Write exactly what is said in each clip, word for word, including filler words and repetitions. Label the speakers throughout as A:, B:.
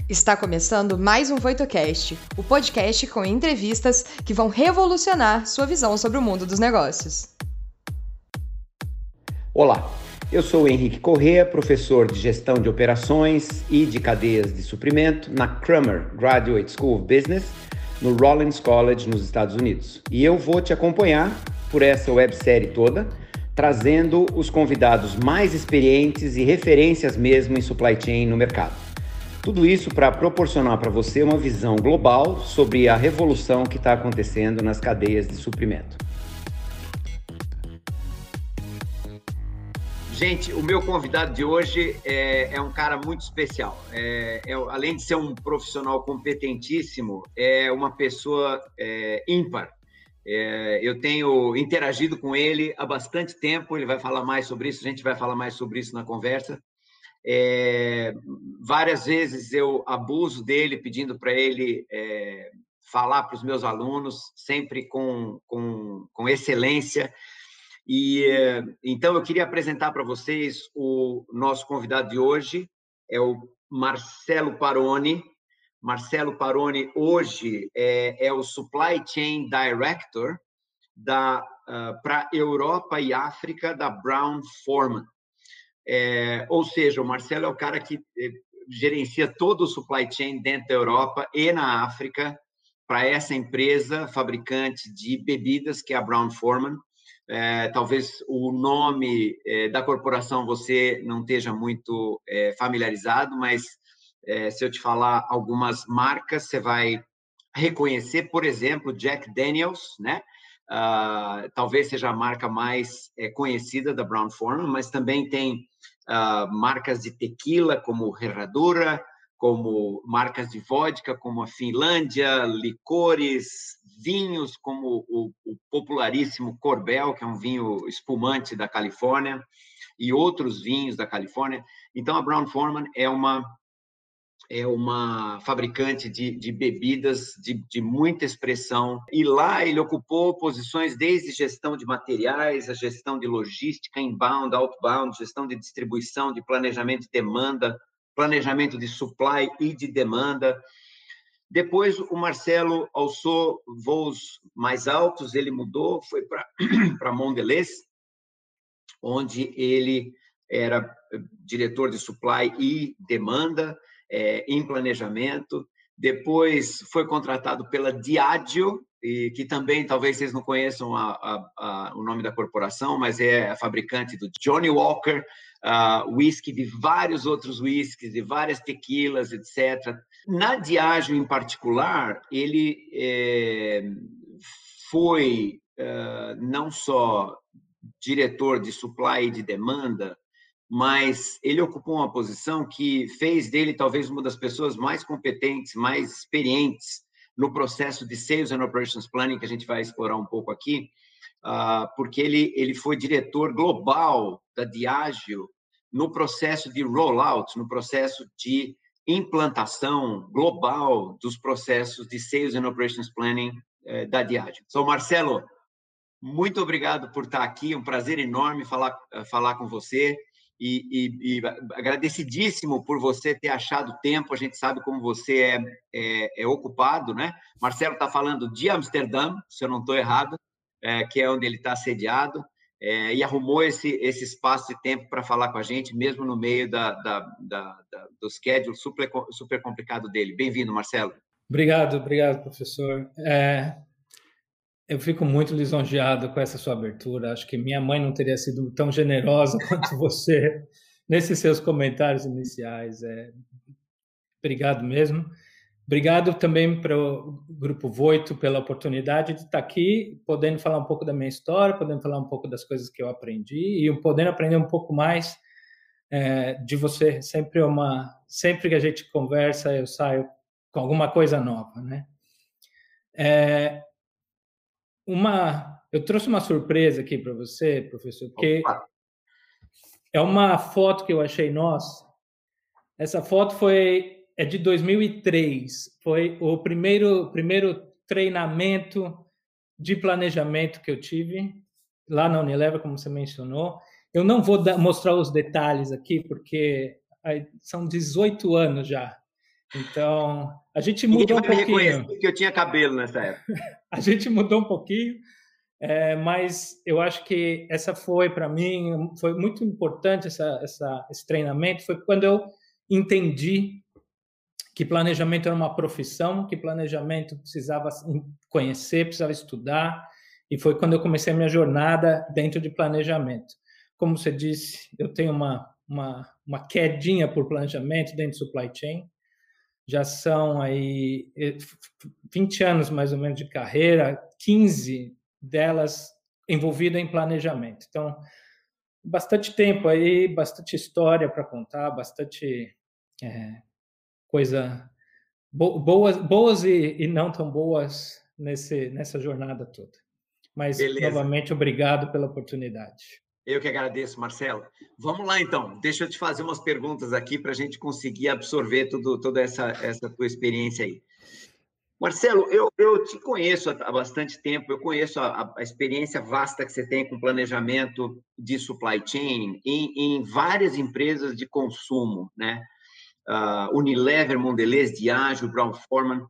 A: Está começando mais um VoitoCast, o podcast com entrevistas que vão revolucionar sua visão sobre o mundo dos negócios.
B: Olá, eu sou o Henrique Corrêa, professor de Gestão de Operações e de Cadeias de Suprimento na Kramer Graduate School of Business, no Rollins College, nos Estados Unidos. E eu vou te acompanhar por essa websérie toda, trazendo os convidados mais experientes e referências mesmo em supply chain no mercado. Tudo isso para proporcionar para você uma visão global sobre a revolução que está acontecendo nas cadeias de suprimento. Gente, o meu convidado de hoje é, é um cara muito especial. É, é, além de ser um profissional competentíssimo, é uma pessoa é, ímpar. É, eu tenho interagido com ele há bastante tempo, ele vai falar mais sobre isso, a gente vai falar mais sobre isso na conversa. É, várias vezes eu abuso dele, pedindo para ele é, falar para os meus alunos, sempre com, com, com excelência. E é, então eu queria apresentar para vocês o nosso convidado de hoje, é o Marcelo Paroni. Marcelo Paroni hoje é, é o Supply Chain Director da, uh, para Europa e África da Brown-Forman. É, ou seja, o Marcelo é o cara que é, gerencia todo o supply chain dentro da Europa e na África para essa empresa fabricante de bebidas, que é a Brown-Forman. É, talvez o nome é, da corporação você não esteja muito é, familiarizado, mas é, se eu te falar algumas marcas, você vai reconhecer, por exemplo, Jack Daniels, né? Uh, talvez seja a marca mais é, conhecida da Brown-Forman, mas também tem uh, marcas de tequila, como Herradura, como marcas de vodka, como a Finlândia, licores, vinhos, como o, o popularíssimo Corbel, que é um vinho espumante da Califórnia, e outros vinhos da Califórnia. Então, a Brown-Forman é uma é uma fabricante de, de bebidas de, de muita expressão. E lá ele ocupou posições desde gestão de materiais, a gestão de logística, inbound, outbound, gestão de distribuição, de planejamento de demanda, planejamento de supply e de demanda. Depois, o Marcelo alçou voos mais altos, ele mudou, foi para Mondelez, onde ele era diretor de supply e demanda, É, em planejamento. Depois foi contratado pela Diageo, e que também talvez vocês não conheçam a, a, a, o nome da corporação, mas é a fabricante do Johnny Walker, uh, whisky, de vários outros whiskies, de várias tequilas, etcétera. Na Diageo, em particular, ele é, foi uh, não só diretor de supply e de demanda, mas ele ocupou uma posição que fez dele talvez uma das pessoas mais competentes, mais experientes no processo de Sales and Operations Planning, que a gente vai explorar um pouco aqui, porque ele, ele foi diretor global da Diageo no processo de rollout, no processo de implantação global dos processos de Sales and Operations Planning da Diageo. Então, Marcelo, muito obrigado por estar aqui, um prazer enorme falar, falar com você. E, e, e agradecidíssimo por você ter achado tempo. A gente sabe como você é, é, é ocupado, né? Marcelo está falando de Amsterdã, se eu não estou errado, é, que é onde ele está sediado, é, e arrumou esse, esse espaço de tempo para falar com a gente, mesmo no meio da, da, da, da, do schedule super, super complicado dele. Bem-vindo, Marcelo.
C: Obrigado, obrigado, professor. É... Eu fico muito lisonjeado com essa sua abertura. Acho que minha mãe não teria sido tão generosa quanto você nesses seus comentários iniciais. É... Obrigado mesmo. Obrigado também para o Grupo Voito pela oportunidade de estar aqui, podendo falar um pouco da minha história, podendo falar um pouco das coisas que eu aprendi e podendo aprender um pouco mais é, de você. Sempre uma, sempre que a gente conversa, eu saio com alguma coisa nova, né? É... Uma, eu trouxe uma surpresa aqui para você, professor, porque Opa. é uma foto que eu achei nossa. Essa foto foi é de dois mil e três, foi o primeiro primeiro treinamento de planejamento que eu tive lá na Unilever, como você mencionou. Eu não vou dar, mostrar os detalhes aqui, porque são dezoito anos já Então, a gente
B: Ninguém
C: mudou um
B: vai me
C: pouquinho.
B: reconhecer porque eu tinha cabelo nessa época.
C: A gente mudou um pouquinho, é, mas eu acho que essa foi, para mim, foi muito importante essa, essa, esse treinamento. Foi quando eu entendi que planejamento era uma profissão, que planejamento precisava conhecer, precisava estudar, e foi quando eu comecei a minha jornada dentro de planejamento. Como você disse, eu tenho uma, uma, uma quedinha por planejamento dentro de supply chain. Já são aí vinte anos mais ou menos de carreira, quinze delas envolvidas em planejamento. Então, bastante tempo aí, bastante história para contar, bastante é, coisa bo boas, boas e, e não tão boas nesse, nessa jornada toda. Mas, Beleza. Novamente, obrigado pela oportunidade.
B: Eu que agradeço, Marcelo. Vamos lá, então. Deixa eu te fazer umas perguntas aqui para a gente conseguir absorver tudo, toda essa, essa tua experiência aí. Marcelo, eu, eu te conheço há bastante tempo, eu conheço a, a experiência vasta que você tem com planejamento de supply chain em, em várias empresas de consumo, né? Uh, Unilever, Mondelez, Diageo, Brown-Forman,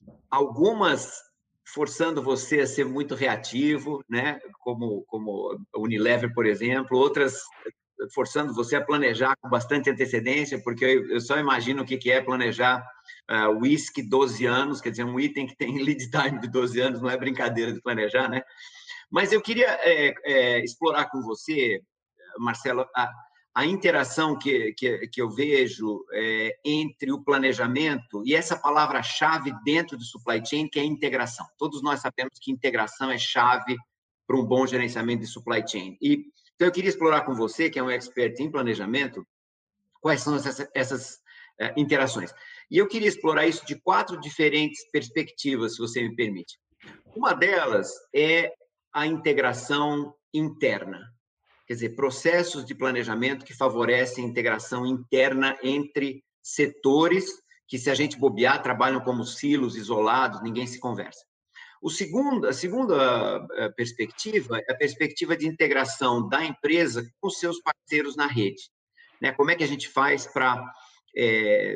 B: algumas forçando você a ser muito reativo, né? Como, como Unilever, por exemplo, outras forçando você a planejar com bastante antecedência, porque eu, eu só imagino o que, que é planejar uh, whisky doze anos, quer dizer, um item que tem lead time de doze anos, não é brincadeira de planejar, né? Mas eu queria é, é, explorar com você, Marcelo, a, a interação que, que, que eu vejo é, entre o planejamento e essa palavra-chave dentro do supply chain, que é integração. Todos nós sabemos que integração é chave para um bom gerenciamento de supply chain. E, então, eu queria explorar com você, que é um expert em planejamento, quais são essas, essas é, interações. E eu queria explorar isso de quatro diferentes perspectivas, se você me permite. Uma delas é a integração interna. Quer dizer, processos de planejamento que favorecem a integração interna entre setores que, se a gente bobear, trabalham como silos isolados, ninguém se conversa. O segundo, a segunda perspectiva é a perspectiva de integração da empresa com seus parceiros na rede. Né? Como é que a gente faz para é,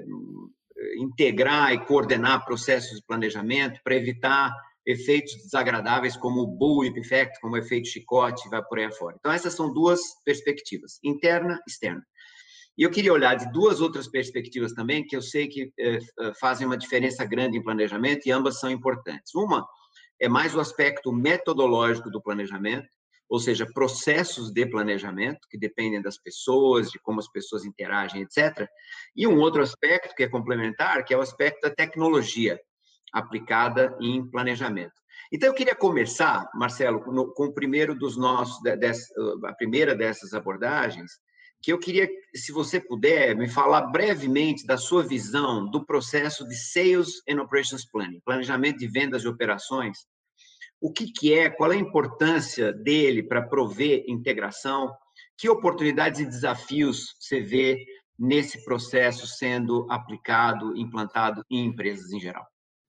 B: integrar e coordenar processos de planejamento para evitar efeitos desagradáveis como o bullwhip effect, como o efeito chicote, vai por aí afora. Então, essas são duas perspectivas, interna e externa. E eu queria olhar de duas outras perspectivas também, que eu sei que eh, fazem uma diferença grande em planejamento e ambas são importantes. Uma é mais o aspecto metodológico do planejamento, ou seja, processos de planejamento, que dependem das pessoas, de como as pessoas interagem, etcétera. E um outro aspecto que é complementar, que é o aspecto da tecnologia aplicada em planejamento. Então, eu queria começar, Marcelo, no, com o primeiro dos nossos, dessa, a primeira dessas abordagens, que eu queria, se você puder, me falar brevemente da sua visão do processo de Sales and Operations Planning, planejamento de vendas e operações. O que, que é, qual é a importância dele para prover integração, que oportunidades e desafios você vê nesse processo sendo aplicado, implantado em empresas em geral?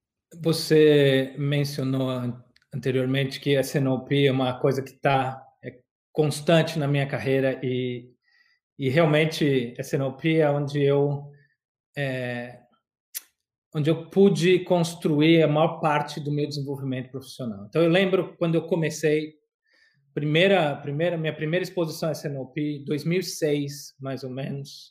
C: Você mencionou anteriormente que a S N O P é uma coisa que está é constante na minha carreira e, e realmente a S N O P é onde eu é, onde eu pude construir a maior parte do meu desenvolvimento profissional. Então eu lembro quando eu comecei primeira primeira minha primeira exposição à S N O P, dois mil e seis mais ou menos.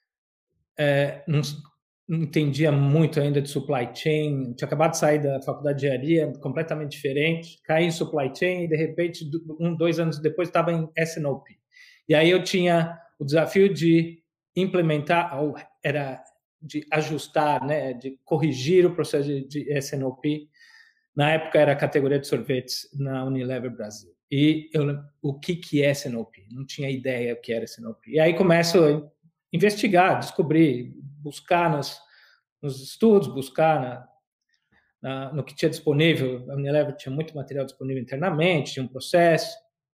C: É, não, não entendia muito ainda de supply chain, tinha acabado de sair da faculdade de engenharia, completamente diferente, caí em supply chain e, de repente, um, dois anos depois, estava em S N O P. E aí eu tinha o desafio de implementar, ou era de ajustar, né, de corrigir o processo de, de S N O P. Na época era a categoria de sorvetes na Unilever Brasil. E eu, o que, que é S N O P? Não tinha ideia o que era S N O P. E aí começo a investigar, descobrir, buscar nos, nos estudos, buscar na, na, no que tinha disponível. A Unilever tinha muito material disponível internamente, tinha um processo.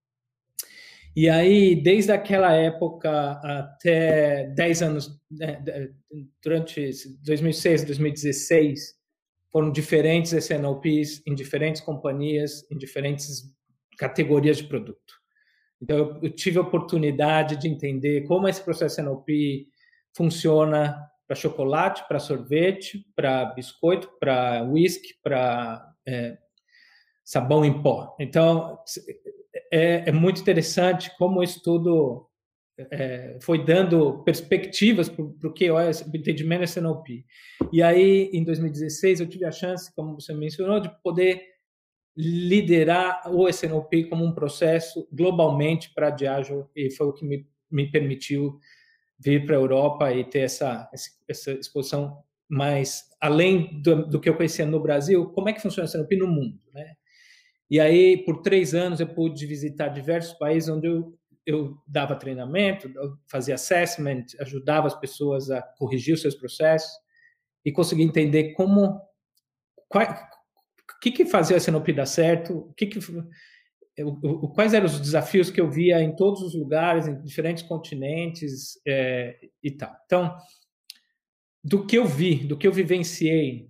C: E aí, desde aquela época até dez anos, né, durante dois mil e seis, dois mil e dezesseis, foram diferentes S N O Ps em diferentes companhias, em diferentes categorias de produto. Então, eu, eu tive a oportunidade de entender como esse processo S N O P funciona para chocolate, para sorvete, para biscoito, para whisky, para é, sabão em pó. Então, é, é muito interessante como isso tudo é, foi dando perspectivas para o que é o entendimento S N O P. E aí, em dois mil e dezesseis, eu tive a chance, como você mencionou, de poder liderar o S N O P como um processo globalmente para a Diageo, e foi o que me, me permitiu vir para a Europa e ter essa, essa exposição mais além do, do que eu conhecia no Brasil, como é que funciona o S N O P no mundo, né? E aí, por três anos, eu pude visitar diversos países onde eu, eu dava treinamento, eu fazia assessment, ajudava as pessoas a corrigir os seus processos e conseguir entender como, qual, o que, que fazia o S N O P dar certo, o que que, o, quais eram os desafios que eu via em todos os lugares, em diferentes continentes é, e tal. Então, do que eu vi, do que eu vivenciei,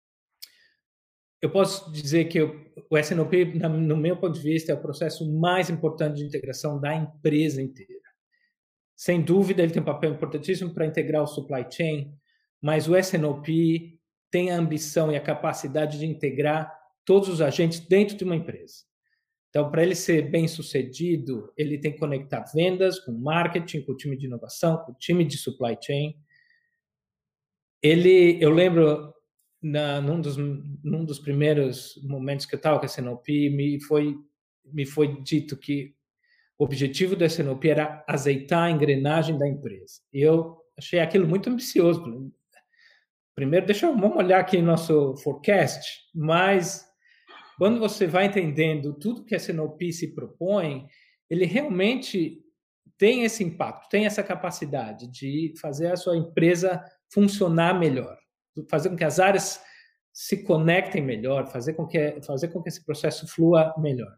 C: eu posso dizer que eu, o S N O P, no meu ponto de vista, é o processo mais importante de integração da empresa inteira. Sem dúvida, ele tem um papel importantíssimo para integrar o supply chain, mas o S N O P tem a ambição e a capacidade de integrar todos os agentes dentro de uma empresa. Então, para ele ser bem sucedido, ele tem que conectar vendas com marketing, com o time de inovação, com o time de supply chain. Ele, eu lembro, na, num, dos, num dos primeiros momentos que eu estava com a S N O P, me foi, me foi dito que o objetivo da S N O P era azeitar a engrenagem da empresa. E eu achei aquilo muito ambicioso. Primeiro, deixa eu, vamos olhar aqui no nosso forecast, mas quando você vai entendendo tudo que a S N O P se propõe, ele realmente tem esse impacto, tem essa capacidade de fazer a sua empresa funcionar melhor, fazer com que as áreas se conectem melhor, fazer com que, fazer com que esse processo flua melhor.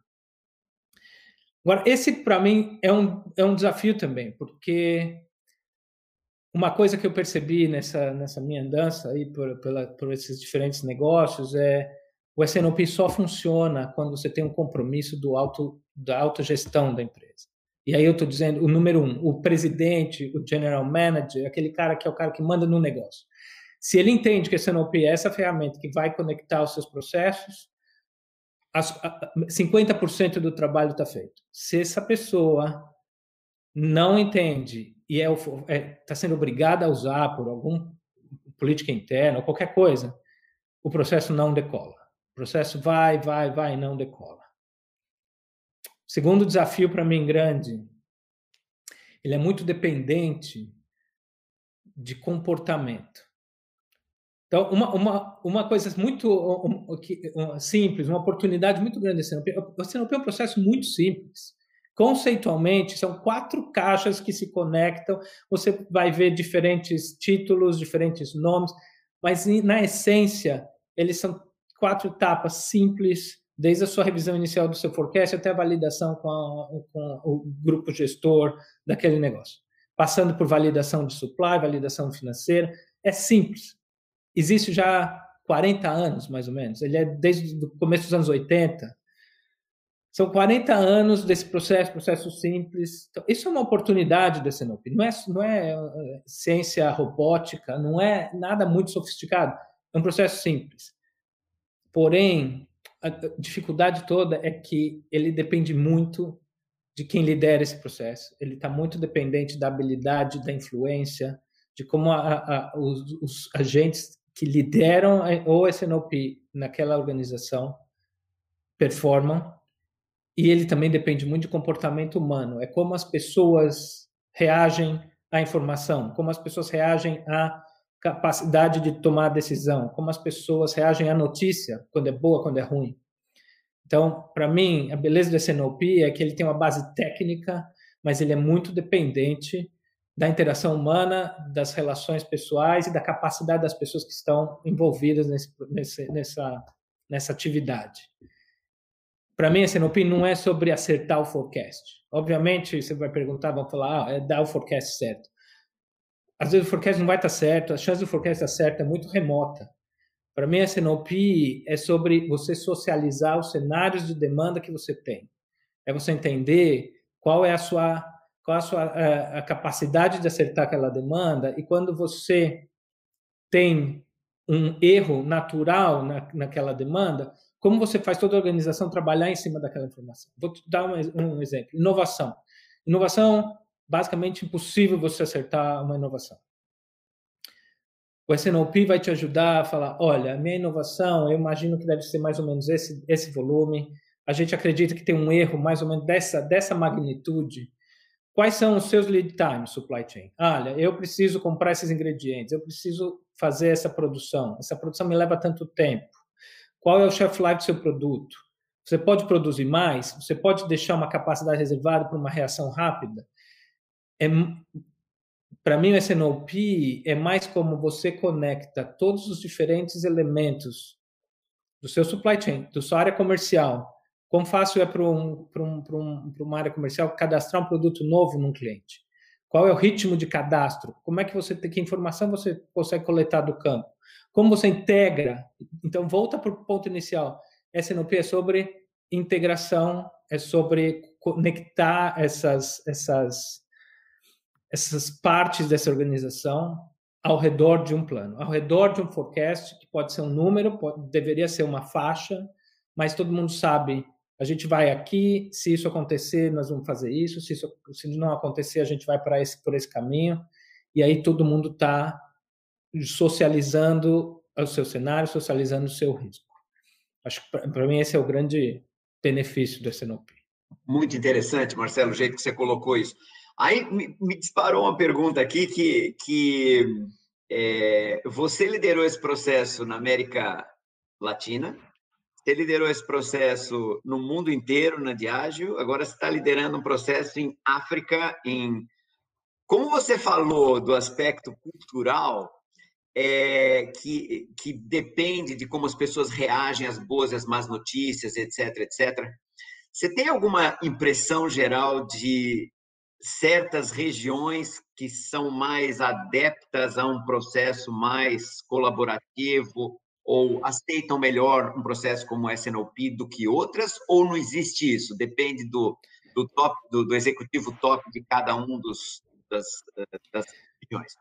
C: Agora, esse, para mim, é um, é um desafio também, porque uma coisa que eu percebi nessa, nessa minha andança aí por, pela, por esses diferentes negócios é o S N O P só funciona quando você tem um compromisso do auto, da autogestão da empresa. E aí eu estou dizendo, o número um, o presidente, o general manager, aquele cara que é o cara que manda no negócio. Se ele entende que o S N O P é essa ferramenta que vai conectar os seus processos, cinquenta por cento do trabalho está feito. Se essa pessoa não entende e está é, é, tá sendo obrigada a usar por alguma política interna ou qualquer coisa, o processo não decola. O processo vai, vai, vai e não decola. Segundo desafio para mim grande, ele é muito dependente de comportamento. Então, uma, uma, uma coisa muito um, um, simples, uma oportunidade muito grande. O S N O P é um processo muito simples. Conceitualmente, são quatro caixas que se conectam. Você vai ver diferentes títulos, diferentes nomes, mas, na essência, eles são quatro etapas simples, desde a sua revisão inicial do seu forecast até a validação com, a, com o grupo gestor daquele negócio. Passando por validação de supply, validação financeira. É simples. Existe já há quarenta anos, mais ou menos. Ele é desde o começo dos anos oitenta. São quarenta anos desse processo, processo simples. Então, isso é uma oportunidade do S N O P. Não é, não é ciência robótica, não é nada muito sofisticado. É um processo simples. Porém, a dificuldade toda é que ele depende muito de quem lidera esse processo. Ele está muito dependente da habilidade, da influência, de como a, a, os, os agentes que lideram o S N O P naquela organização performam. E ele também depende muito de comportamento humano. É como as pessoas reagem à informação, como as pessoas reagem à capacidade de tomar decisão, como as pessoas reagem à notícia, quando é boa, quando é ruim. Então, para mim, a beleza do S N O P é que ele tem uma base técnica, mas ele é muito dependente da interação humana, das relações pessoais e da capacidade das pessoas que estão envolvidas nesse, nesse, nessa, nessa atividade. Para mim, a S N O P não é sobre acertar o forecast. Obviamente, você vai perguntar, vão falar, ah, é dar o forecast certo. Às vezes o forecast não vai estar certo, a chance do forecast estar certo é muito remota. Para mim, a S N O P é sobre você socializar os cenários de demanda que você tem. É você entender qual é a sua, qual é a, sua a, a capacidade de acertar aquela demanda e quando você tem um erro natural na, naquela demanda, como você faz toda a organização trabalhar em cima daquela informação? Vou te dar um, um exemplo. Inovação. Inovação, basicamente, impossível você acertar uma inovação. O S N O P vai te ajudar a falar, olha, a minha inovação, eu imagino que deve ser mais ou menos esse, esse volume, a gente acredita que tem um erro mais ou menos dessa, dessa magnitude. Quais são os seus lead times, supply chain? Olha, eu preciso comprar esses ingredientes, eu preciso fazer essa produção, essa produção me leva tanto tempo. Qual é o shelf life do seu produto? Você pode produzir mais? Você pode deixar uma capacidade reservada para uma reação rápida? É, para mim, o S N O P é mais como você conecta todos os diferentes elementos do seu supply chain, da sua área comercial. Quão fácil é para um, para um, para um, para uma área comercial cadastrar um produto novo num cliente? Qual é o ritmo de cadastro? Como é que você tem, que informação você consegue coletar do campo? Como você integra? Então, volta para o ponto inicial. S N O P é sobre integração, é sobre conectar essas, essas, essas partes dessa organização ao redor de um plano, ao redor de um forecast, que pode ser um número, pode, deveria ser uma faixa, mas todo mundo sabe, a gente vai aqui, se isso acontecer, nós vamos fazer isso, se, isso, se não acontecer, a gente vai para esse, por esse caminho, e aí todo mundo está socializando o seu cenário, socializando o seu risco. Acho que, para mim, esse é o grande benefício do S N O P.
B: Muito interessante, Marcelo, o jeito que você colocou isso. Aí me, me disparou uma pergunta aqui que, que é, você liderou esse processo na América Latina, você liderou esse processo no mundo inteiro, na Diageo, agora você está liderando um processo em África. Em... Como você falou do aspecto cultural, é, que, que depende de como as pessoas reagem às boas e às más notícias, etc, etcétera, você tem alguma impressão geral de certas regiões que são mais adeptas a um processo mais colaborativo ou aceitam melhor um processo como o S N O P do que outras, ou não existe isso? Depende do, do, top, do, do executivo top de cada um dos, das, das regiões.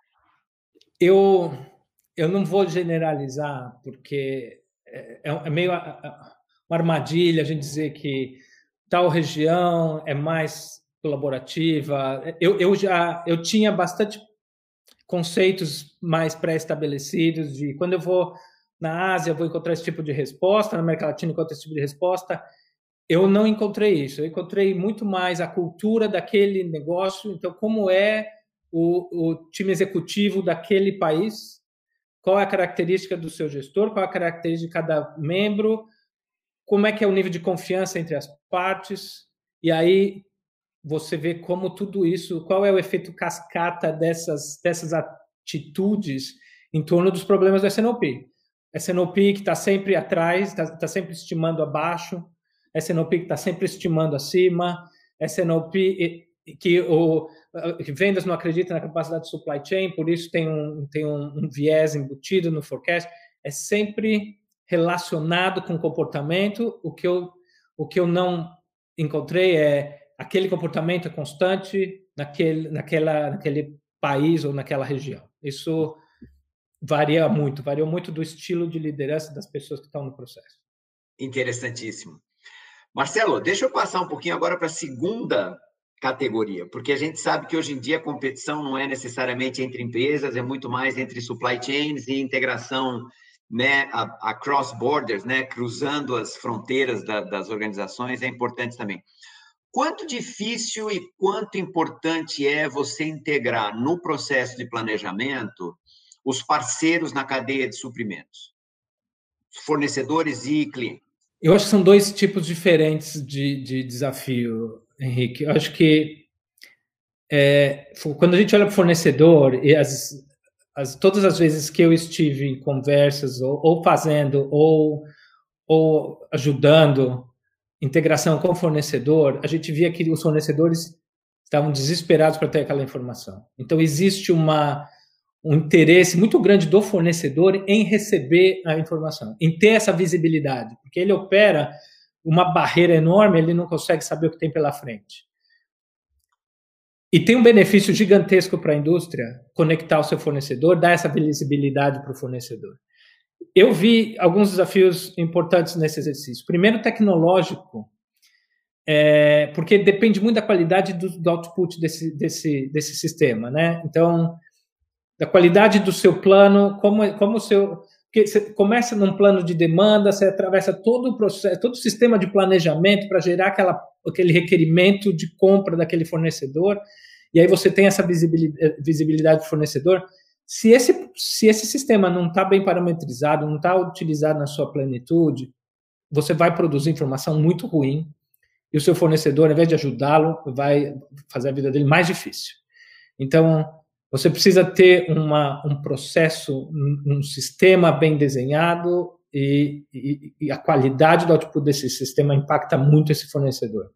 C: Eu, eu não vou generalizar, porque é, é meio uma armadilha a gente dizer que tal região é mais colaborativa. Eu, eu já eu tinha bastante conceitos mais pré-estabelecidos de quando eu vou na Ásia, eu vou encontrar esse tipo de resposta, na América Latina, encontro esse tipo de resposta. Eu não encontrei isso. Eu encontrei muito mais a cultura daquele negócio. Então, como é o, o time executivo daquele país? Qual é a característica do seu gestor? Qual é a característica de cada membro? Como é que é o nível de confiança entre as partes? E aí você vê como tudo isso, qual é o efeito cascata dessas, dessas atitudes em torno dos problemas do S N O P. S N O P que está sempre atrás, está tá sempre estimando abaixo, S N O P que está sempre estimando acima, S N O P que o que vendas não acreditam na capacidade de supply chain, por isso tem um, tem um, um viés embutido no forecast. É sempre relacionado com comportamento. O que eu, o que eu não encontrei é aquele comportamento é constante naquele, naquela, naquele país ou naquela região. Isso varia muito, varia muito do estilo de liderança das pessoas que estão no processo.
B: Interessantíssimo. Marcelo, deixa eu passar um pouquinho agora para a segunda categoria, porque a gente sabe que hoje em dia a competição não é necessariamente entre empresas, é muito mais entre supply chains e integração, né, a, a cross borders, né, cruzando as fronteiras da, das organizações, é importante também. Quanto difícil e quanto importante é você integrar no processo de planejamento os parceiros na cadeia de suprimentos, fornecedores e clientes?
C: Eu acho que são dois tipos diferentes de, de desafio, Henrique. Eu acho que é, quando a gente olha para o fornecedor, e as, as, todas as vezes que eu estive em conversas, ou, ou fazendo, ou, ou ajudando integração com o fornecedor, a gente via que os fornecedores estavam desesperados para ter aquela informação. Então, existe uma, um interesse muito grande do fornecedor em receber a informação, em ter essa visibilidade, porque ele opera uma barreira enorme, ele não consegue saber o que tem pela frente. E tem um benefício gigantesco para a indústria conectar o seu fornecedor, dar essa visibilidade para o fornecedor. Eu vi alguns desafios importantes nesse exercício. Primeiro, tecnológico, é, porque depende muito da qualidade do, do output desse, desse, desse sistema, né? Então, da qualidade do seu plano, como, como o seu... Porque você começa num plano de demanda, você atravessa todo o processo, todo o sistema de planejamento para gerar aquela, aquele requerimento de compra daquele fornecedor, e aí você tem essa visibilidade, visibilidade do fornecedor. Se esse, se esse sistema não está bem parametrizado, não está utilizado na sua plenitude, você vai produzir informação muito ruim, e o seu fornecedor, ao invés de ajudá-lo, vai fazer a vida dele mais difícil. Então, você precisa ter uma, um processo, um, um sistema bem desenhado, e, e, e a qualidade do output desse sistema impacta muito esse fornecedor.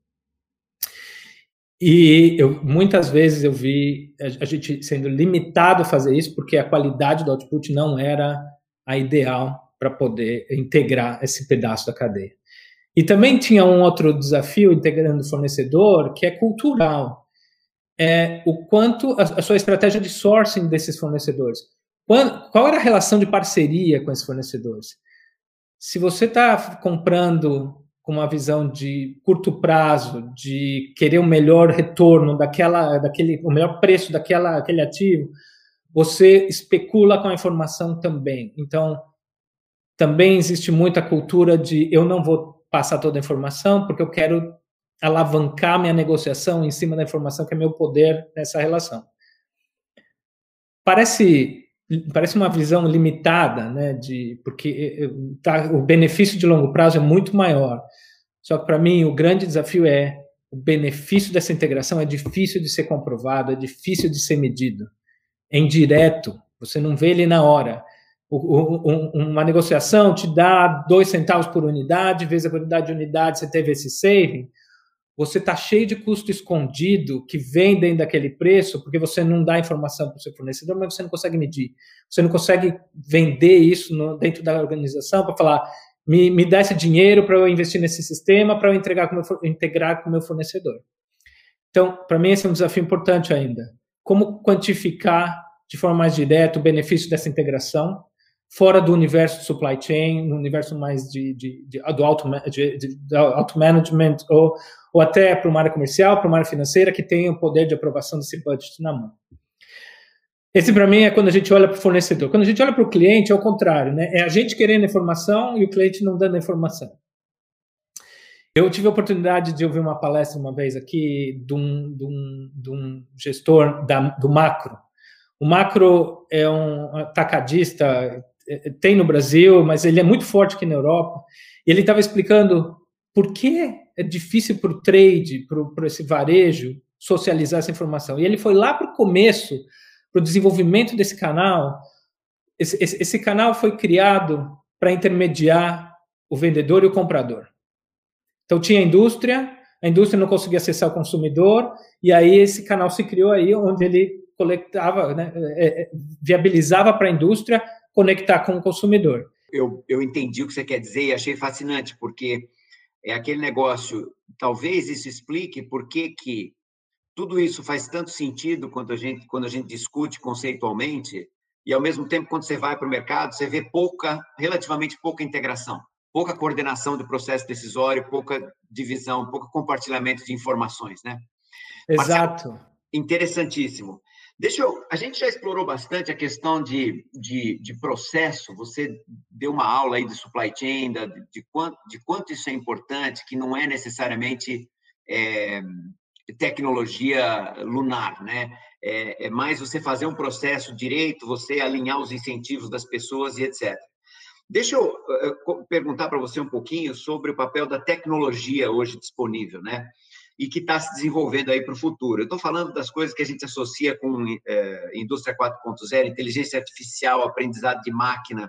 C: E eu, muitas vezes eu vi a, a gente sendo limitado a fazer isso, porque a qualidade do output não era a ideal para poder integrar esse pedaço da cadeia. E também tinha um outro desafio integrando o fornecedor, que é cultural. É o quanto a, a sua estratégia de sourcing desses fornecedores. Qual, qual era a relação de parceria com esses fornecedores? Se você está comprando com uma visão de curto prazo, de querer o melhor retorno daquela, daquele, o melhor preço daquela, aquele ativo, você especula com a informação também. Então, também existe muita cultura de eu não vou passar toda a informação porque eu quero alavancar minha negociação em cima da informação, que é meu poder nessa relação. Parece, parece uma visão limitada, né, de, porque tá, o benefício de longo prazo é muito maior. Só que, para mim, o grande desafio é o benefício dessa integração é difícil de ser comprovado, é difícil de ser medido. É indireto, você não vê ele na hora. O, o, uma negociação te dá dois centavos por unidade, vezes a quantidade de unidades, você teve esse saving. Você está cheio de custo escondido que vem dentro daquele preço porque você não dá informação para o seu fornecedor, mas você não consegue medir. Você não consegue vender isso no, dentro da organização para falar, me, me dá esse dinheiro para eu investir nesse sistema, para eu entregar com meu, integrar com o meu fornecedor. Então, para mim, esse é um desafio importante ainda. Como quantificar de forma mais direta o benefício dessa integração fora do universo de supply chain, no universo mais de, de, de, do auto, de, de, de auto management, ou, ou até para uma área comercial, para uma área financeira que tem o poder de aprovação desse budget na mão. Esse, para mim, é quando a gente olha para o fornecedor. Quando a gente olha para o cliente, é o contrário, né? É a gente querendo informação e o cliente não dando informação. Eu tive a oportunidade de ouvir uma palestra uma vez aqui de um, de um, de um gestor da, do Macro. O Macro é um atacadista, tem no Brasil, mas ele é muito forte aqui na Europa. E ele estava explicando por que é difícil para o trade, para esse varejo, socializar essa informação. E ele foi lá para o começo, para o desenvolvimento desse canal. Esse, esse, esse canal foi criado para intermediar o vendedor e o comprador. Então tinha a indústria, a indústria não conseguia acessar o consumidor, e aí esse canal se criou aí, onde ele coletava, né, viabilizava para a indústria conectar com o consumidor.
B: Eu, eu entendi o que você quer dizer e achei fascinante, porque é aquele negócio, talvez isso explique por que que tudo isso faz tanto sentido quando a gente, quando a gente discute conceitualmente, e ao mesmo tempo, quando você vai para o mercado, você vê pouca, relativamente pouca integração, pouca coordenação do processo decisório, pouca divisão, pouco compartilhamento de informações, né?
C: Exato.
B: Marcelo, interessantíssimo. Deixa eu, a gente já explorou bastante a questão de, de, de processo, você deu uma aula aí de supply chain, de, de, quanto, de quanto isso é importante, que não é necessariamente é, tecnologia lunar, né? É, é mais você fazer um processo direito, você alinhar os incentivos das pessoas e etcétera. Deixa eu uh, perguntar para você um pouquinho sobre o papel da tecnologia hoje disponível, né? E que está se desenvolvendo aí para o futuro. Eu estou falando das coisas que a gente associa com é, indústria quatro ponto zero, inteligência artificial, aprendizado de máquina,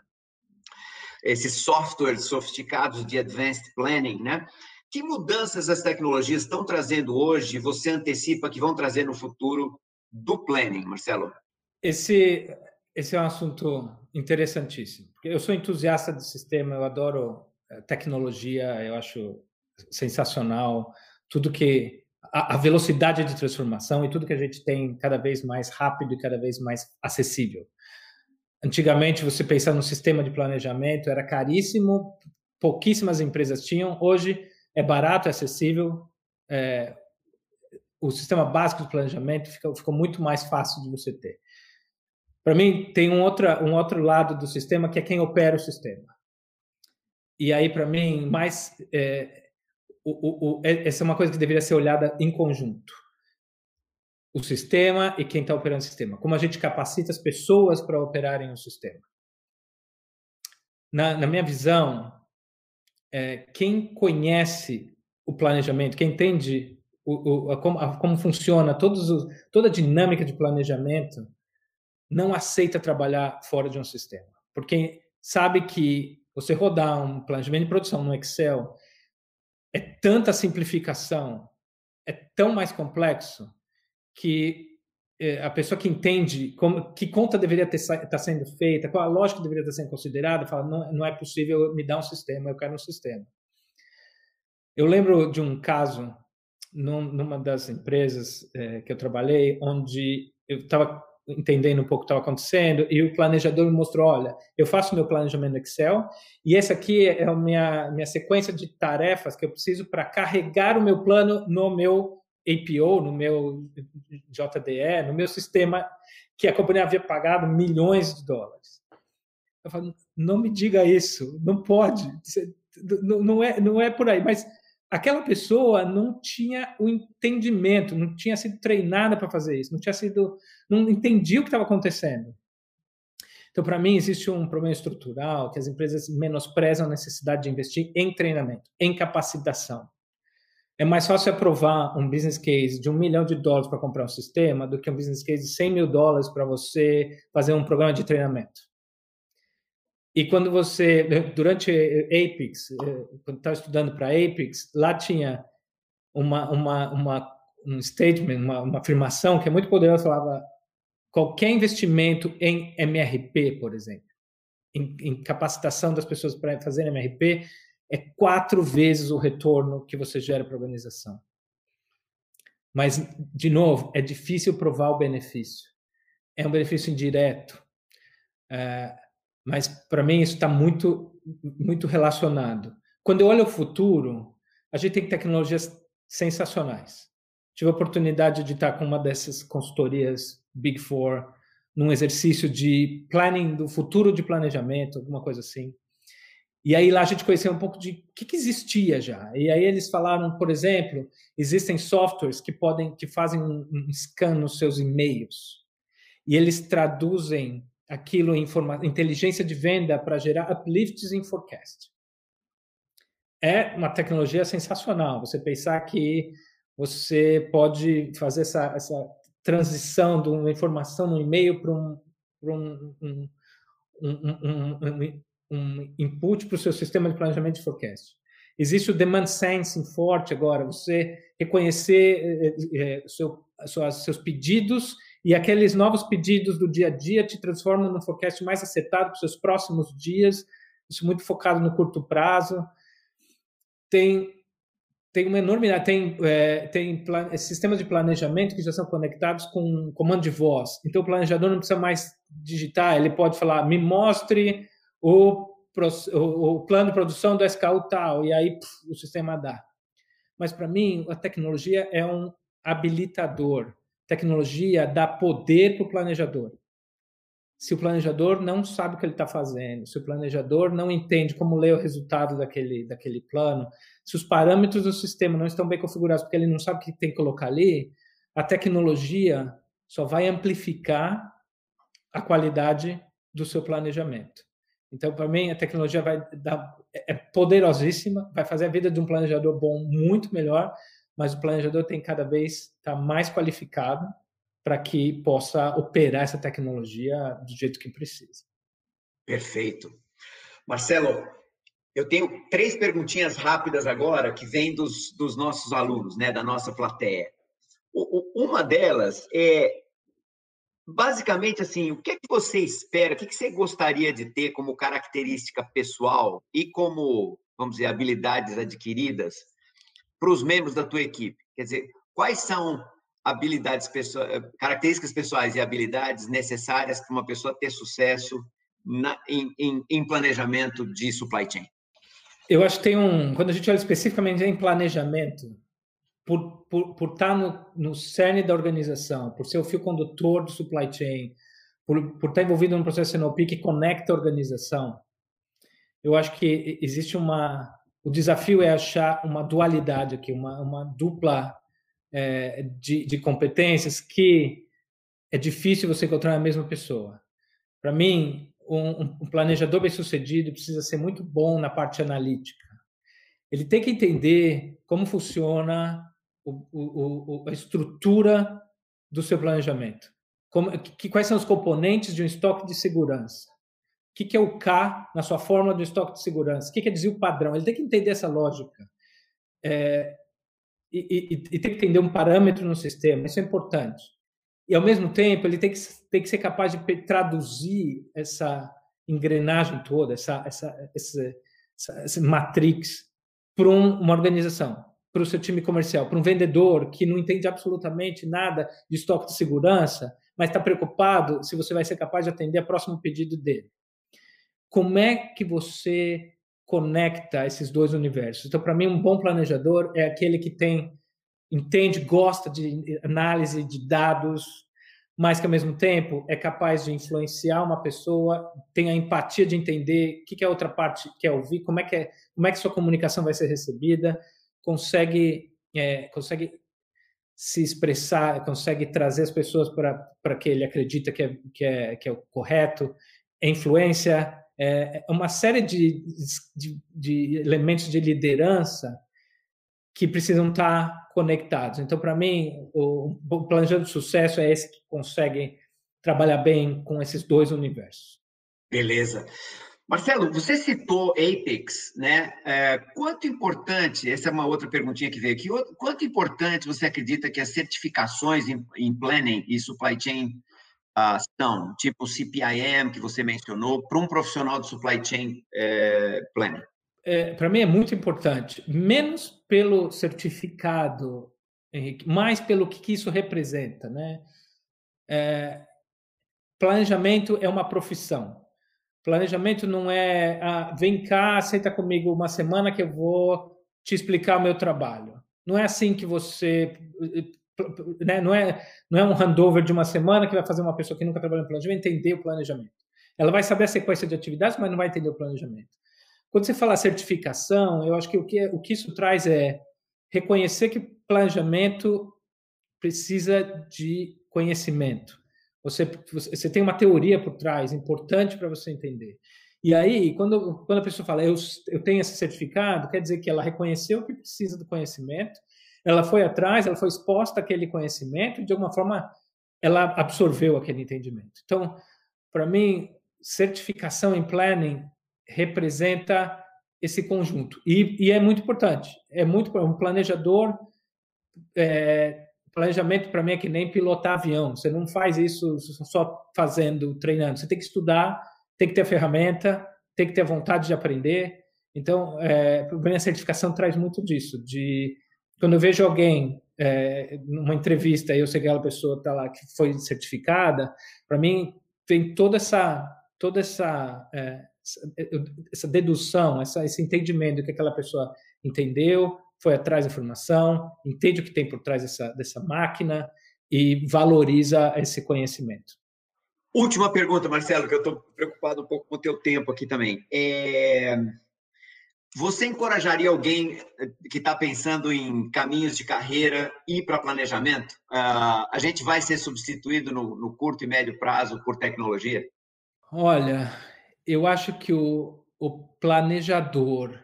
B: esses softwares sofisticados de advanced planning, né? Que mudanças as tecnologias estão trazendo hoje, você antecipa que vão trazer no futuro do planning, Marcelo?
C: Esse, esse é um assunto interessantíssimo. Eu sou entusiasta do sistema, eu adoro tecnologia, eu acho sensacional tudo que a, a velocidade de transformação e tudo que a gente tem cada vez mais rápido e cada vez mais acessível. Antigamente, você pensar no sistema de planejamento era caríssimo, pouquíssimas empresas tinham. Hoje é barato, é acessível. É, o sistema básico de planejamento fica, ficou muito mais fácil de você ter. Para mim, tem um outro, um outro lado do sistema que é quem opera o sistema. E aí, para mim, mais é, o, o, o, essa é uma coisa que deveria ser olhada em conjunto. O sistema e quem está operando o sistema. Como a gente capacita as pessoas para operarem o sistema. Na, na minha visão, é, quem conhece o planejamento, quem entende o, o, a, como, a, como funciona todos os, toda a dinâmica de planejamento, não aceita trabalhar fora de um sistema. Porque sabe que você rodar um planejamento de produção no Excel é tanta simplificação, é tão mais complexo, que a pessoa que entende como, que conta deveria estar tá sendo feita, qual a lógica deveria estar sendo considerada, fala, não, não é possível me dar um sistema, eu quero um sistema. Eu lembro de um caso, num, numa das empresas é, que eu trabalhei, onde eu estava entendendo um pouco o que estava acontecendo, e o planejador me mostrou, olha, eu faço meu planejamento no Excel, e essa aqui é a minha, minha sequência de tarefas que eu preciso para carregar o meu plano no meu A P O, no meu J D E, no meu sistema, que a companhia havia pagado milhões de dólares. Eu falo, não me diga isso, não pode, não é, não é por aí. Mas aquela pessoa não tinha o entendimento, não tinha sido treinada para fazer isso, não tinha sido, não entendia o que estava acontecendo. Então, para mim, existe um problema estrutural que as empresas menosprezam a necessidade de investir em treinamento, em capacitação. É mais fácil aprovar um business case de um milhão de dólares para comprar um sistema do que um business case de cem mil dólares para você fazer um programa de treinamento. E quando você, durante Apex, quando estava estudando para Apex, lá tinha uma, uma, uma, um statement, uma, uma afirmação que é muito poderosa, falava qualquer investimento em M R P, por exemplo, em, em capacitação das pessoas para fazer M R P, é quatro vezes o retorno que você gera para a organização. Mas, de novo, é difícil provar o benefício. É um benefício indireto. É, mas, para mim, isso está muito, muito relacionado. Quando eu olho o futuro, a gente tem tecnologias sensacionais. Tive a oportunidade de estar com uma dessas consultorias Big Four, num exercício de planning do futuro de planejamento, alguma coisa assim. E aí lá a gente conheceu um pouco de o que, que existia já. E aí eles falaram, por exemplo, existem softwares que podem, que fazem um, um scan nos seus e-mails. E eles traduzem aquilo em forma, inteligência de venda para gerar uplifts em forecast. É uma tecnologia sensacional. Você pensar que você pode fazer essa, essa transição de uma informação no e-mail para um, para um, um, um, um, um um input para o seu sistema de planejamento de forecast. Existe o demand sensing forte agora, você reconhecer é, seu, suas, seus pedidos e aqueles novos pedidos do dia a dia te transformam num forecast mais acertado para os seus próximos dias, isso muito focado no curto prazo. Tem, tem uma enormidade, tem, é, tem plan, sistemas de planejamento que já são conectados com comando de voz, então o planejador não precisa mais digitar, ele pode falar, me mostre O, o plano de produção do S K U tal, e aí puf, o sistema dá. Mas, para mim, a tecnologia é um habilitador. Tecnologia dá poder para o planejador. Se o planejador não sabe o que ele está fazendo, se o planejador não entende como ler o resultado daquele, daquele plano, se os parâmetros do sistema não estão bem configurados porque ele não sabe o que tem que colocar ali, a tecnologia só vai amplificar a qualidade do seu planejamento. Então, para mim, a tecnologia vai dar, é poderosíssima, vai fazer a vida de um planejador bom muito melhor, mas o planejador tem cada vez estar mais qualificado para que possa operar essa tecnologia do jeito que precisa.
B: Perfeito. Marcelo, eu tenho três perguntinhas rápidas agora que vêm dos, dos nossos alunos, né, da nossa plateia. O, o, uma delas é, basicamente, assim, o que é que você espera, o que, é que você gostaria de ter como característica pessoal e como, vamos dizer, habilidades adquiridas para os membros da tua equipe? Quer dizer, quais são habilidades, características pessoais e habilidades necessárias para uma pessoa ter sucesso na, em, em, em planejamento de supply chain?
C: Eu acho que tem um... Quando a gente olha especificamente em planejamento, por, por, por estar no, no cerne da organização, por ser o fio condutor do supply chain, por, por estar envolvido num processo N O P que conecta a organização, eu acho que existe uma... O desafio é achar uma dualidade aqui, uma, uma dupla é, de, de competências que é difícil você encontrar na mesma pessoa. Para mim, um, um planejador bem-sucedido precisa ser muito bom na parte analítica. Ele tem que entender como funciona o, o, o, a estrutura do seu planejamento. Como, que, quais são os componentes de um estoque de segurança. O que, que é o K na sua fórmula do estoque de segurança? O que, que é desvio padrão? Ele tem que entender essa lógica. É, e, e, e tem que entender um parâmetro no sistema. Isso é importante. E, ao mesmo tempo, ele tem que, tem que ser capaz de traduzir essa engrenagem toda, essa, essa, essa, essa, essa matrix, para um, uma organização, para o seu time comercial, para um vendedor que não entende absolutamente nada de estoque de segurança, mas está preocupado se você vai ser capaz de atender o próximo pedido dele. Como é que você conecta esses dois universos? Então, para mim, um bom planejador é aquele que tem, entende, gosta de análise de dados, mas que, ao mesmo tempo, é capaz de influenciar uma pessoa, tem a empatia de entender o que, que a outra parte quer ouvir, como é que, é, como é que sua comunicação vai ser recebida, consegue, é, consegue se expressar, consegue trazer as pessoas para que ele acredita que é, que é, que é o correto, é influência, é uma série de, de, de elementos de liderança que precisam estar conectados. Então, para mim, o, o planejamento de sucesso é esse que consegue trabalhar bem com esses dois universos.
B: Beleza. Marcelo, você citou Apex, né? É, quanto importante, essa é uma outra perguntinha que veio aqui, quanto importante você acredita que as certificações em, em planning e supply chain uh, são, tipo o C P I M, que você mencionou, para um profissional de supply chain é, planning?
C: É, para mim é muito importante, menos pelo certificado, Henrique, mais pelo que, que isso representa, né? É, planejamento é uma profissão. Planejamento não é, ah, vem cá, senta comigo uma semana que eu vou te explicar o meu trabalho. Não é assim que você... Né? Não é, não é um handover de uma semana que vai fazer uma pessoa que nunca trabalhou em planejamento entender o planejamento. Ela vai saber a sequência de atividades, mas não vai entender o planejamento. Quando você fala certificação, eu acho que o que, o que isso traz é reconhecer que planejamento precisa de conhecimento. Você, você tem uma teoria por trás, importante para você entender. E aí, quando, quando a pessoa fala, eu, eu tenho esse certificado, quer dizer que ela reconheceu que precisa do conhecimento, ela foi atrás, ela foi exposta àquele conhecimento e, de alguma forma, ela absorveu aquele entendimento. Então, para mim, certificação em planning representa esse conjunto. E, e é muito importante. É muito um planejador... É, planejamento, para mim, é que nem pilotar avião. Você não faz isso só fazendo, treinando. Você tem que estudar, tem que ter a ferramenta, tem que ter a vontade de aprender. Então, é, para mim, a certificação traz muito disso. De, quando eu vejo alguém é, numa entrevista e eu sei que aquela pessoa está lá que foi certificada, para mim, tem toda essa, toda essa, é, essa dedução, essa, esse entendimento do que aquela pessoa entendeu, foi atrás da informação, entende o que tem por trás dessa, dessa máquina e valoriza esse conhecimento.
B: Última pergunta, Marcelo, que eu estou preocupado um pouco com o teu tempo aqui também. É... Você encorajaria alguém que está pensando em caminhos de carreira ir para planejamento? Uh, a gente vai ser substituído no, no curto e médio prazo por tecnologia?
C: Olha, eu acho que o, o planejador...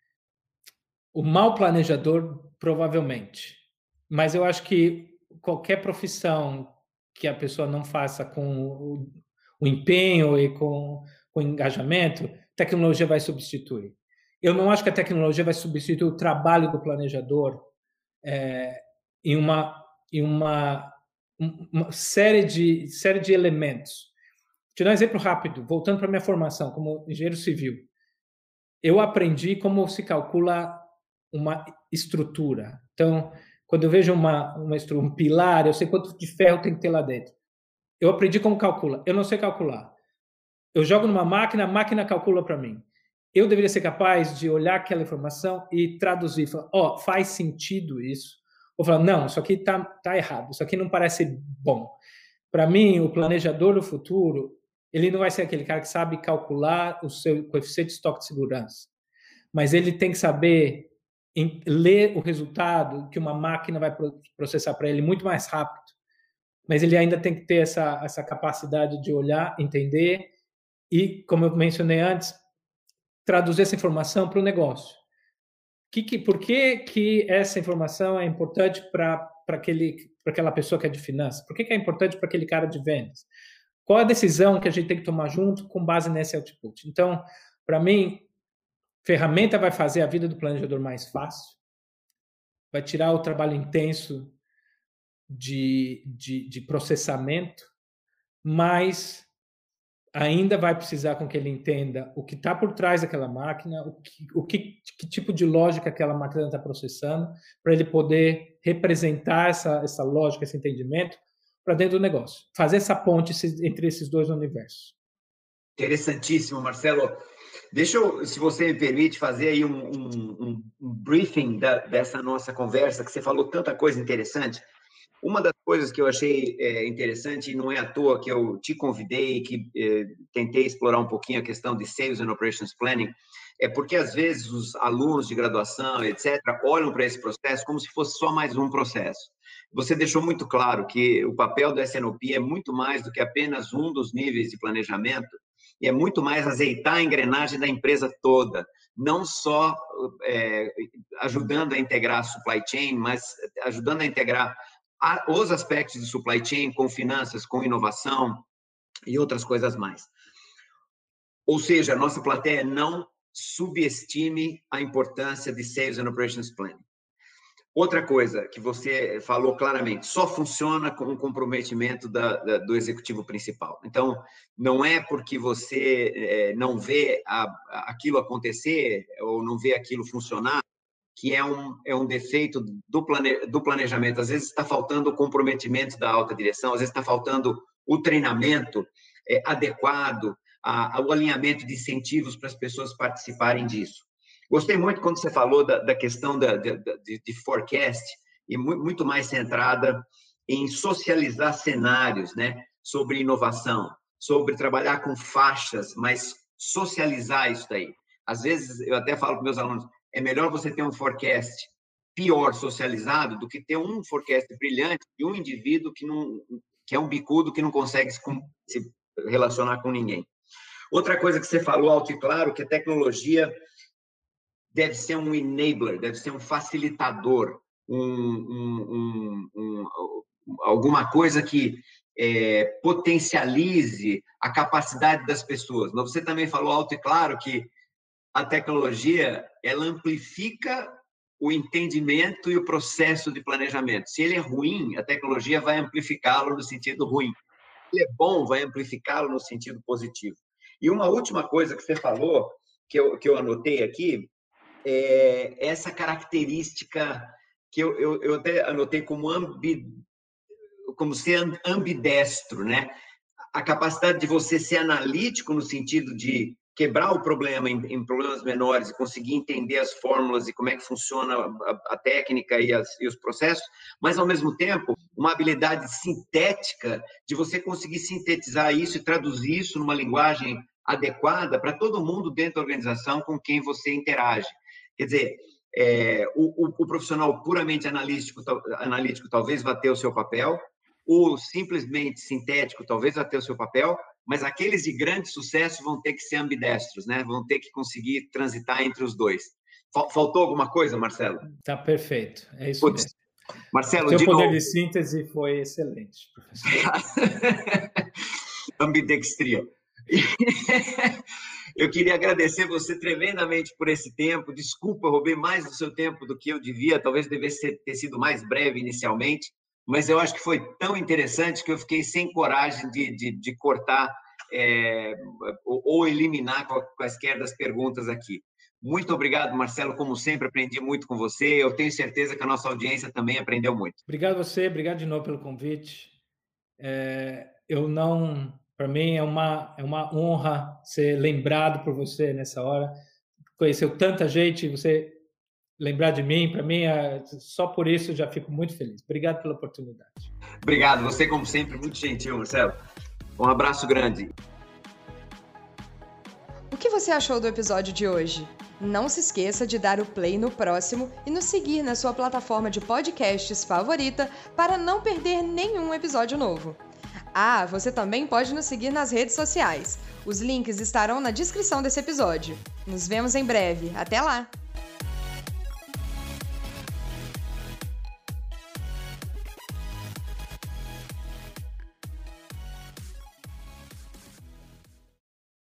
C: O mau planejador, provavelmente. Mas eu acho que qualquer profissão que a pessoa não faça com o, o empenho e com, com o engajamento, tecnologia vai substituir. Eu não acho que a tecnologia vai substituir o trabalho do planejador é, em, uma, em uma, uma série, de, série de elementos. Vou te dar um exemplo rápido, voltando para a minha formação como engenheiro civil. Eu aprendi como se calcula uma estrutura. Então, Quando eu vejo uma, uma um pilar, eu sei quanto de ferro tem que ter lá dentro. Eu aprendi como calcula. Eu não sei calcular. Eu jogo numa máquina, a máquina calcula para mim. Eu deveria ser capaz de olhar aquela informação e traduzir. Falar, ó, oh, faz sentido isso? Ou falar, não, isso aqui tá, tá errado. Isso aqui não parece bom. Para mim, o planejador do futuro, ele não vai ser aquele cara que sabe calcular o seu coeficiente de estoque de segurança. Mas ele tem que saber em, ler o resultado que uma máquina vai processar para ele muito mais rápido. Mas ele ainda tem que ter essa, essa capacidade de olhar, entender e, como eu mencionei antes, traduzir essa informação para o negócio. Que, que, por que, que essa informação é importante para aquela pessoa que é de finanças? Por que, que é importante para aquele cara de vendas? Qual a decisão que a gente tem que tomar junto com base nesse output? Então, para mim, ferramenta vai fazer a vida do planejador mais fácil, vai tirar o trabalho intenso de, de, de processamento, mas ainda vai precisar com que ele entenda o que está por trás daquela máquina, o que, o que, que tipo de lógica aquela máquina está processando, para ele poder representar essa, essa lógica, esse entendimento para dentro do negócio. Fazer essa ponte entre esses dois universos.
B: Interessantíssimo, Marcelo. Deixa eu, se você me permite, fazer aí um, um, um briefing da, dessa nossa conversa, que você falou tanta coisa interessante. Uma das coisas que eu achei é, interessante, e não é à toa que eu te convidei, que é, tentei explorar um pouquinho a questão de Sales and Operations Planning, é porque, às vezes, os alunos de graduação, etcétera, olham para esse processo como se fosse só mais um processo. Você deixou muito claro que o papel do S N O P é muito mais do que apenas um dos níveis de planejamento, e é muito mais azeitar a engrenagem da empresa toda, não só é, ajudando a integrar a supply chain, mas ajudando a integrar os aspectos de supply chain com finanças, com inovação e outras coisas mais. Ou seja, a nossa plateia não subestime a importância de Sales and Operations Planning. Outra coisa que você falou claramente, só funciona com o comprometimento da, da, do executivo principal. Então, não é porque você é, não vê a, aquilo acontecer ou não vê aquilo funcionar, que é um, é um defeito do, plane, do planejamento. Às vezes está faltando o comprometimento da alta direção, às vezes está faltando o treinamento é, adequado, a, a, o alinhamento de incentivos para as pessoas participarem disso. Gostei muito quando você falou da, da questão da, de, de, de forecast, e muito, muito mais centrada em socializar cenários, né, sobre inovação, sobre trabalhar com faixas, mas socializar isso daí. Às vezes, eu até falo para meus alunos, é melhor você ter um forecast pior socializado do que ter um forecast brilhante de um indivíduo que, não, que é um bicudo, que não consegue se, se relacionar com ninguém. Outra coisa que você falou alto e claro, que a tecnologia deve ser um enabler, deve ser um facilitador, um, um, um, um, alguma coisa que é, potencialize a capacidade das pessoas. Mas você também falou alto e claro que a tecnologia, ela amplifica o entendimento e o processo de planejamento. Se ele é ruim, a tecnologia vai amplificá-lo no sentido ruim. Se ele é bom, vai amplificá-lo no sentido positivo. E uma última coisa que você falou, que eu, que eu anotei aqui, é essa característica que eu, eu, eu até anotei como, ambi, como ser ambidestro, né? A capacidade de você ser analítico no sentido de quebrar o problema em, em problemas menores e conseguir entender as fórmulas e como é que funciona a, a técnica e, as, e os processos, mas, ao mesmo tempo, uma habilidade sintética de você conseguir sintetizar isso e traduzir isso numa linguagem adequada para todo mundo dentro da organização com quem você interage. Quer dizer, é, o, o, o profissional puramente analítico, analítico talvez vá ter o seu papel, o simplesmente sintético talvez vá ter o seu papel, mas aqueles de grande sucesso vão ter que ser ambidestros, né? Vão ter que conseguir transitar entre os dois. Faltou alguma coisa, Marcelo?
C: Tá perfeito, é isso
B: Putz,
C: mesmo.
B: Marcelo,
C: o seu
B: de
C: poder
B: novo...
C: de síntese foi excelente, professor.
B: Ambidextria. Eu queria agradecer você tremendamente por esse tempo. Desculpa, eu roubei mais do seu tempo do que eu devia. Talvez devesse ter sido mais breve inicialmente, mas eu acho que foi tão interessante que eu fiquei sem coragem de, de, de cortar é, ou, ou eliminar quaisquer das perguntas aqui. Muito obrigado, Marcelo. Como sempre, aprendi muito com você. Eu tenho certeza que a nossa audiência também aprendeu muito.
C: Obrigado a você, obrigado de novo pelo convite. É, eu não, para mim é uma, é uma honra ser lembrado por você nessa hora. Conheceu tanta gente, você lembrar de mim, para mim, é, só por isso eu já fico muito feliz. Obrigado pela oportunidade.
B: Obrigado, você como sempre, muito gentil, Marcelo. Um abraço grande.
A: O que você achou do episódio de hoje? Não se esqueça de dar o play no próximo e nos seguir na sua plataforma de podcasts favorita para não perder nenhum episódio novo. Ah, você também pode nos seguir nas redes sociais. Os links estarão na descrição desse episódio. Nos vemos em breve. Até lá!